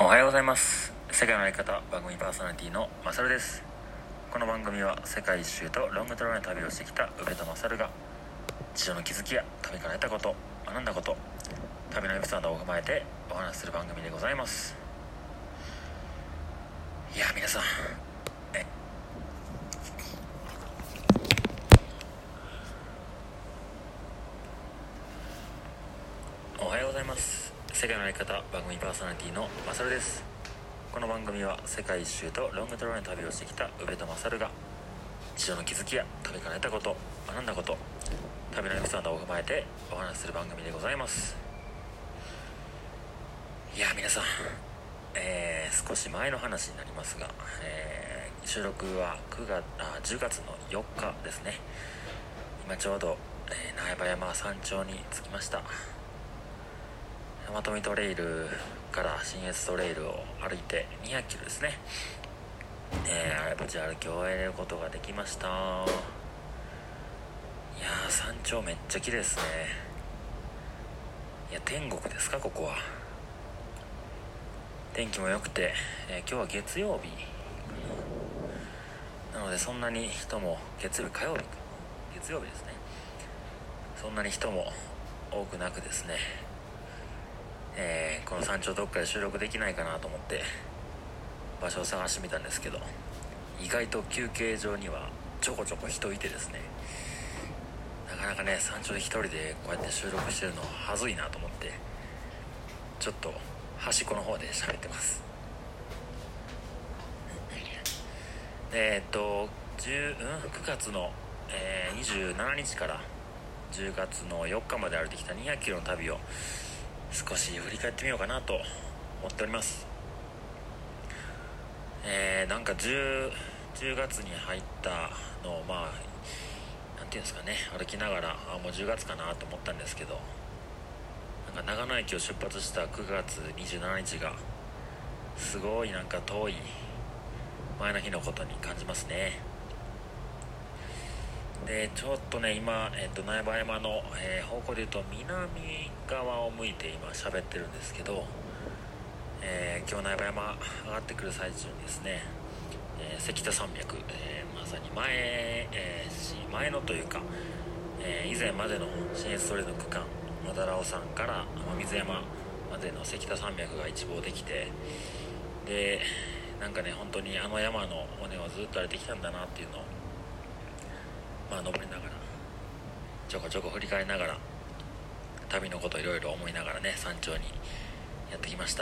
おはようございます。世界のやり方番組パーソナリティのマサルです。この番組は世界一周とロングトラベルの旅をしてきた宇部とマサルが日常の気づきや旅から得たこと、学んだこと、旅のエピソードを踏まえてお話しする番組でございます。いや皆さんおはようございます。世界のやり方番組パーソナリティのマサルです。この番組は世界一周とロングトラベルの旅をしてきた宇部とマサルが日常の気づきや旅から得たこと、学んだこと、旅のエピソードを踏まえてお話しする番組でございます。いや皆さん、少し前の話になりますが、収録は10月の4日ですね。今ちょうど、苗場山山頂に着きました。大和トレイルから信越トレイルを歩いて200キロですね。無事歩き終えることができました。いやー山頂めっちゃ綺麗ですね。いや天国ですかここは。天気も良くて、今日は月曜日なのでそんなに人も火曜日ですね。そんなに人も多くなくですね、この山頂どっかで収録できないかなと思って場所を探してみたんですけど、意外と休憩所にはちょこちょこ人いてですね、なかなかね山頂で一人でこうやって収録してるのはずいなと思ってちょっと端っこの方で喋ってます。9月の、27日から10月の4日まで歩いてきた200キロの旅を少し振り返ってみようかなと思っております。なんか10月に入ったのをなんていうんですかね、歩きながらもう10月かなと思ったんですけど、なんか長野駅を出発した9月27日がすごいなんか遠い前の日のことに感じますね。でちょっとね今、苗場山の、方向でいうと南側を向いて今喋ってるんですけど、今日苗場山上がってくる最中にですね、関田山脈、まさに前のというか、以前までの信越トレイルの区間野田尾山から天水山までの関田山脈が一望できて、でなんかね本当にあの山の尾根をずっと歩いてきたんだなっていうのを登りながらちょこちょこ振り返りながら旅のこといろいろ思いながらね山頂にやってきました。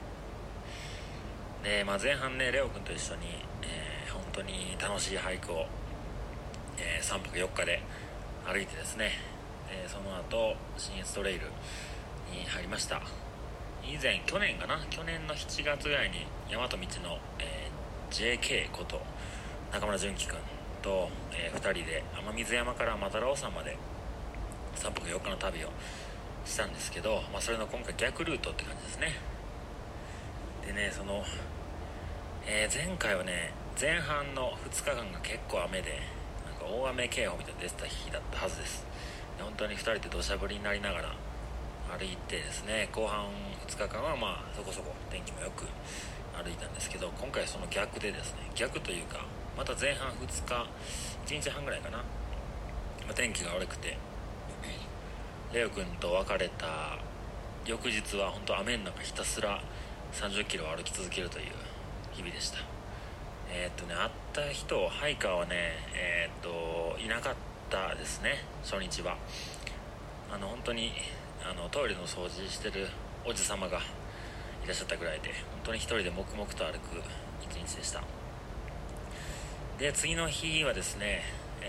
で、前半ねレオ君と一緒に、本当に楽しいハイクを、3泊4日で歩いてですね、その後信越トレイルに入りました。去年の7月ぐらいに大和道の、JK こと中村純喜君と、2人で天水山から又良山まで3泊4日の旅をしたんですけど、それの今回逆ルートって感じですね。でね前回はね前半の2日間が結構雨でなんか大雨警報みたいなの出てた日だったはずです。で本当に2人で土砂降りになりながら歩いてですね、後半2日間はそこそこ天気もよく歩いたんですけど、今回その逆でですね、逆というかまた前半2日1日半ぐらいかな、天気が悪くてレオ君と別れた翌日は本当雨の中ひたすら30キロ歩き続けるという日々でした。会った人ハイカーはねいなかったですね。初日は本当にトイレの掃除してるおじさまがいらっしゃったぐらいで、本当に一人で黙々と歩く一日でした。で次の日はですね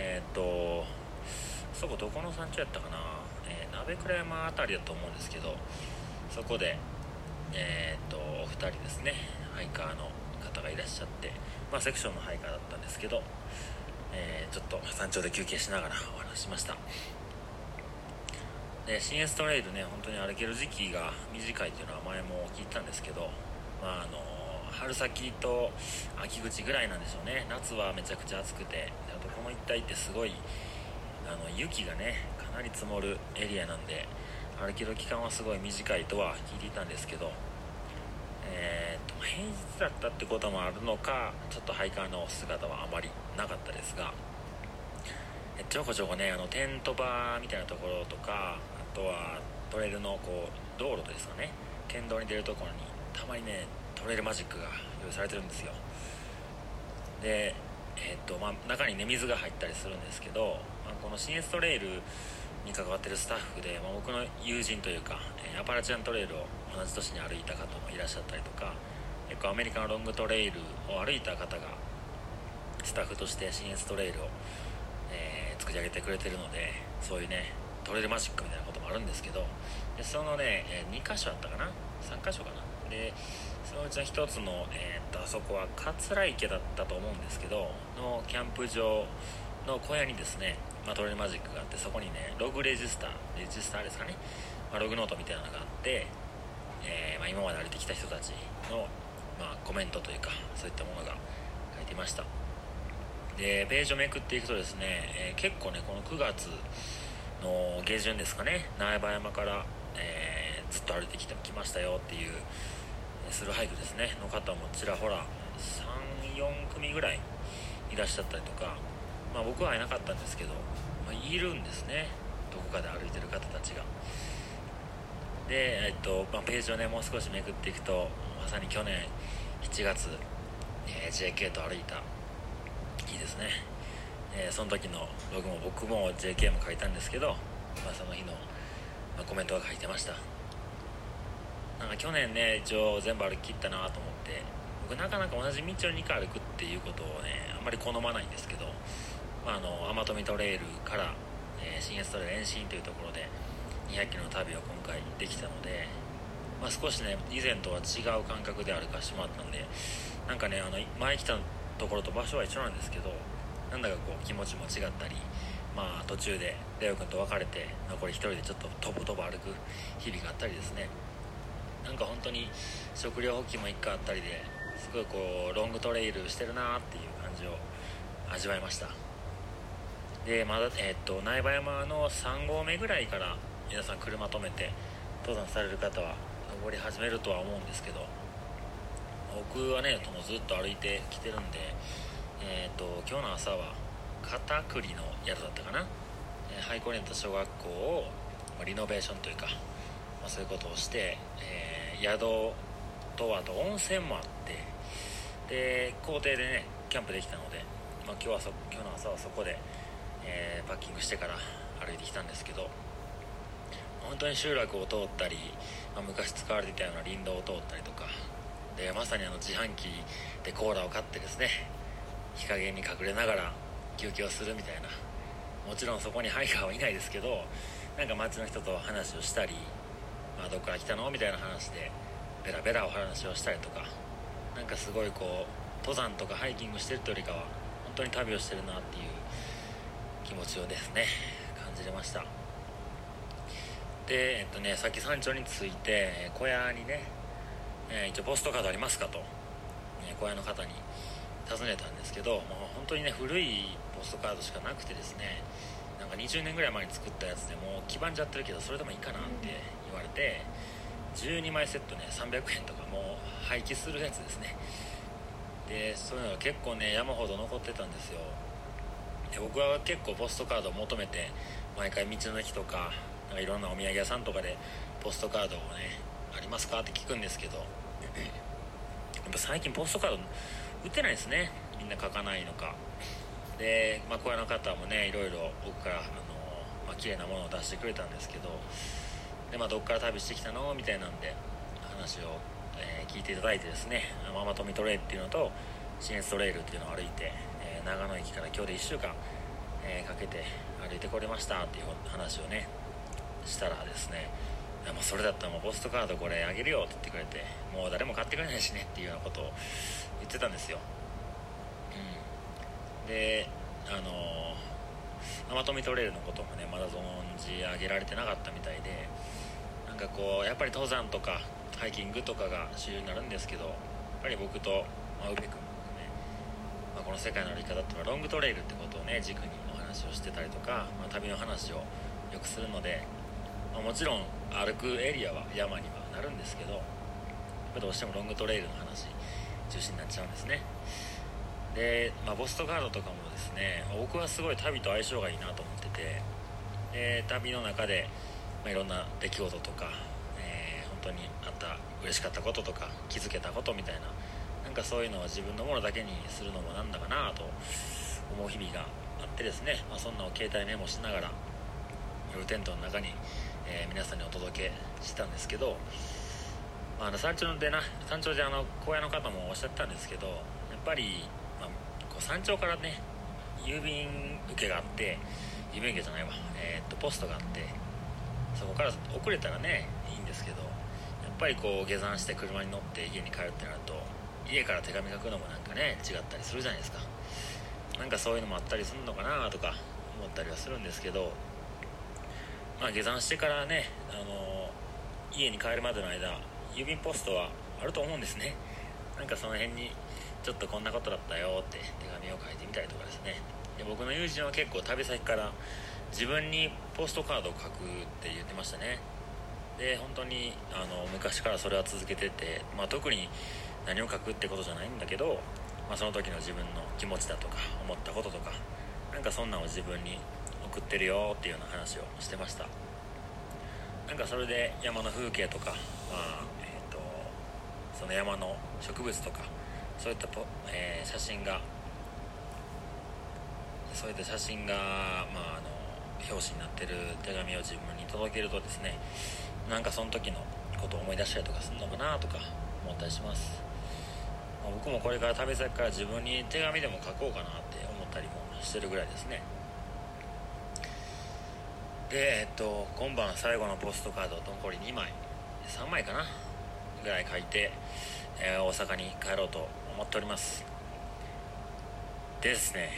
そこどこの山頂やったかな、鍋倉山あたりだと思うんですけど、そこでお二人ですねハイカーの方がいらっしゃって、セクションのハイカーだったんですけど、ちょっと山頂で休憩しながらお話ししました。で信越トレイルね本当に歩ける時期が短いっていうのは前も聞いたんですけど、春先と秋口ぐらいなんでしょうね。夏はめちゃくちゃ暑くて、あとこの一帯ってすごい雪がねかなり積もるエリアなんで歩ける期間はすごい短いとは聞いていたんですけど、 だったってこともあるのか、ちょっとハイカーの姿はあまりなかったですが、ちょこちょこねテント場みたいなところとか、あとはトレイルの道路ですかね、県道に出るところにたまにねトレイルマジックが用意されてるんですよ。で中にね水が入ったりするんですけど、この新越トレイルに関わってるスタッフで、僕の友人というか、アパラチアントレイルを同じ年に歩いた方もいらっしゃったりとか、結構アメリカのロングトレイルを歩いた方がスタッフとして新越トレイルを、作り上げてくれてるので、そういうねトレイルマジックみたいなこともあるんですけど、でそのね、2箇所あったかな、3箇所かな。でそのうちの1つの、あそこは桂池だったと思うんですけどのキャンプ場の小屋にですね、トレイルマジックがあって、そこにねログレジスターですかね、ログノートみたいなのがあって、今まで歩いてきた人たちの、コメントというかそういったものが書いていました。でページをめくっていくとですね、結構ねこの9月の下旬ですかね、苗場山から、ずっと歩いてきましたよっていうスルーハイクですねの方もちらほら 3,4 組ぐらいいらっしゃったりとか、僕は会えなかったんですけど、いるんですね、どこかで歩いてる方たちが。で、ページをねもう少しめくっていくと、まさに去年7月、JK と歩いた日ですね、その時のログも僕も JK も書いたんですけど、その日の、コメントが書いてました。なんか去年ね一応全部歩き切ったなと思って、僕なかなか同じ道を2回歩くっていうことをねあんまり好まないんですけど、天富トレイルから、新越トレイル延伸というところで200キロの旅を今回できたので、少しね以前とは違う感覚で歩かしてもらったんで、なんかね前来たところと場所は一緒なんですけど、なんだか気持ちも違ったり、途中でレオ君と別れて残り一人でちょっととぼとぼ歩く日々があったりですね、なんか本当に食料補給も一回あったりで、すごいロングトレイルしてるなっていう感じを味わいました。でまだ、苗場山の3合目ぐらいから皆さん車止めて登山される方は登り始めるとは思うんですけど、僕はねずっと歩いてきてるんで、今日の朝は片栗の宿だったかな、廃校にあった小学校をリノベーションというか、そういうことをして、宿とあと温泉もあって、で校庭でねキャンプできたので、今日の朝はそこで、パッキングしてから歩いてきたんですけど、本当に集落を通ったり、昔使われていたような林道を通ったりとかで、まさに自販機でコーラを買ってですね、日陰に隠れながら休憩をするみたいな、もちろんそこにハイカーはいないですけど、なんか街の人と話をしたり、どこから来たのみたいな話でベラベラお話をしたりとか、なんかすごい登山とかハイキングしてるというよりかは本当に旅をしてるなっていう気持ちをですね感じれました。でさっき山頂に着いて小屋にね、一応ポストカードありますかと、小屋の方に尋ねたんですけど、本当にね古いポストカードしかなくてですね、なんか20年ぐらい前に作ったやつでもう黄ばんじゃってるけどそれでもいいかなって言われて、12枚セットね300円とかもう廃棄するやつですね。でそういうのが結構ね山ほど残ってたんですよ。で僕は結構ポストカードを求めて毎回道の駅とかいろんなお土産屋さんとかでポストカードをねありますかって聞くんですけど、やっぱ最近ポストカード売ってないですね、みんな書かないのかで、小屋の方もねいろいろ僕から綺麗なものを出してくれたんですけど、でどっから旅してきたのみたいなんで話を、聞いていただいてですね、天富トレイルっていうのと新越トレイルっていうのを歩いて、長野駅から今日で1週間、かけて歩いてこれましたっていう話をねしたらですね、もうそれだったらもうポストカードこれあげるよって言ってくれて、もう誰も買ってくれないしねっていうようなことを言ってたんですよ。で天富トレイルのこともねまだ存じ上げられてなかったみたいで、なんかやっぱり登山とかハイキングとかが主流になるんですけど、やっぱり僕と、宇部君もね、この世界の歩き方っていうのはロングトレイルってことをね軸にお話をしてたりとか、旅の話をよくするので、もちろん歩くエリアは山にはなるんですけど、やっぱどうしてもロングトレイルの話中心になっちゃうんですね。で、ポストカードとかもですね、僕はすごい旅と相性がいいなと思ってて、で旅の中で、いろんな出来事とか、本当にあった嬉しかったこととか気づけたことみたいな、なんかそういうのを自分のものだけにするのもなんだかなと思う日々があってですね、そんなのを携帯メモしながら夜テントの中に、皆さんにお届けしてたんですけど、山頂で荒野の方もおっしゃったんですけど、やっぱり、こう山頂からね郵便受けがあって、郵便受けじゃないわ、ポストがあって、そこから遅れたらねいいんですけど、やっぱりこう下山して車に乗って家に帰るってなると、家から手紙書くのもなんかね違ったりするじゃないですか。なんかそういうのもあったりするのかなとか思ったりはするんですけど、下山してからね、家に帰るまでの間郵便ポストはあると思うんですね。なんかその辺にちょっとこんなことだったよって手紙を書いてみたりとかですね。で、僕の友人は結構旅先から自分にポストカードを書くって言ってましたね。で、本当に昔からそれは続けてて、特に何を書くってことじゃないんだけど、その時の自分の気持ちだとか思ったこととか、なんかそんなのを自分に送ってるよっていうような話をしてました。なんかそれで山の風景とか、その山の植物とかそういった写真が表紙になってる手紙を自分に届けるとですね、なんかその時のことを思い出したりとかするのかなとか思ったりします。僕もこれから旅先から自分に手紙でも書こうかなって思ったりもしてるぐらいですね。で、今晩最後のポストカードを残り2枚3枚かなぐらい書いて、大阪に帰ろうと思っております。でですね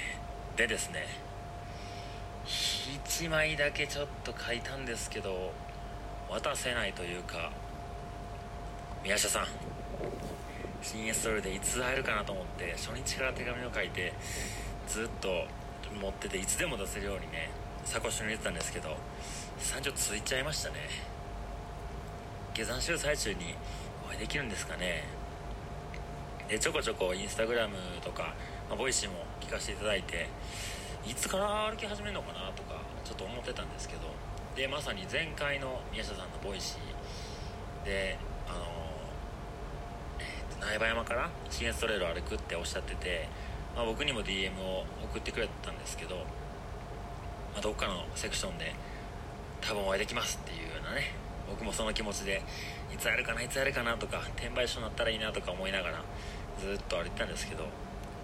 1枚だけちょっと書いたんですけど渡せないというか、宮下さん新エストレールでいつ会えるかなと思って初日から手紙を書いてずっと持ってて、いつでも出せるようにねサコッシュに入れてたんですけど、山頂着いちゃいましたね。下山してる最中にお会いできるんですかね。で、ちょこちょこインスタグラムとか、ボイシーも聞かせていただいて、いつから歩き始めるのかなとかちょっと思ってたんですけど、でまさに前回の宮下さんのボイシーで苗場山から新越トレイルを歩くっておっしゃってて、僕にも DM を送ってくれたんですけど、どっかのセクションで多分お会いできますっていうようなね、僕もその気持ちでいつ会えるかなとか転売所になったらいいなとか思いながらずっと歩いてたんですけど、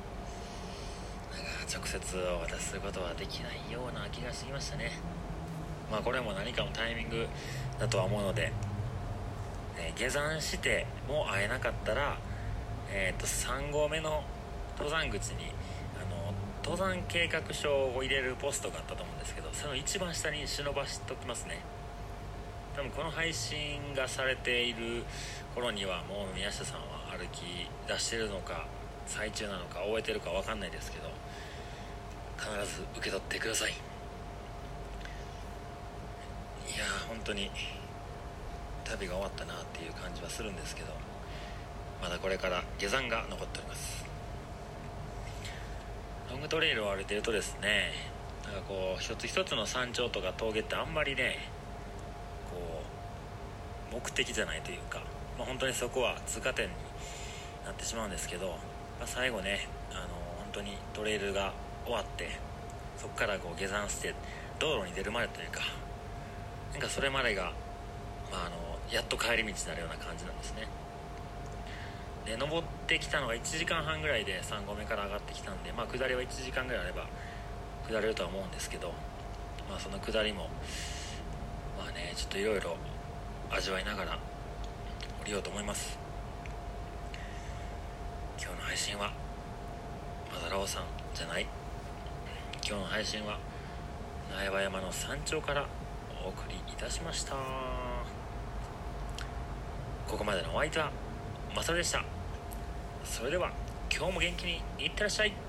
直接お渡しすることはできないような気がしてきましたね。これも何かのタイミングだとは思うので、下山しても会えなかったら、3合目の登山口に登山計画書を入れるポストがあったと思うんですけど、その一番下に忍ばしときますね。多分この配信がされている頃にはもう宮下さんは歩き出してるのか最中なのか終えてるか分かんないですけど、必ず受け取ってください。いやー、本当に旅が終わったなっていう感じはするんですけど、まだこれから下山が残っております。ロングトレイルを歩いてるとですね、なんかこう一つ一つの山頂とか峠ってあんまりねこう目的じゃないというか、本当にそこは通過点になってしまうんですけど、最後ね本当にトレイルが終わってそこからこう下山して道路に出るまでというか、なんかそれまでが、やっと帰り道になるような感じなんですね。で、登ってきたのが1時間半ぐらいで3合目から上がってきたんで、下りは1時間ぐらいあれば下れるとは思うんですけど、その下りもちょっといろいろ味わいながら降りようと思います。今日の配信はまだラオさんじゃない、今日の配信は苗場山の山頂からお送りいたしました。ここまでのお相手はマサルでした。それでは今日も元気にいってらっしゃい。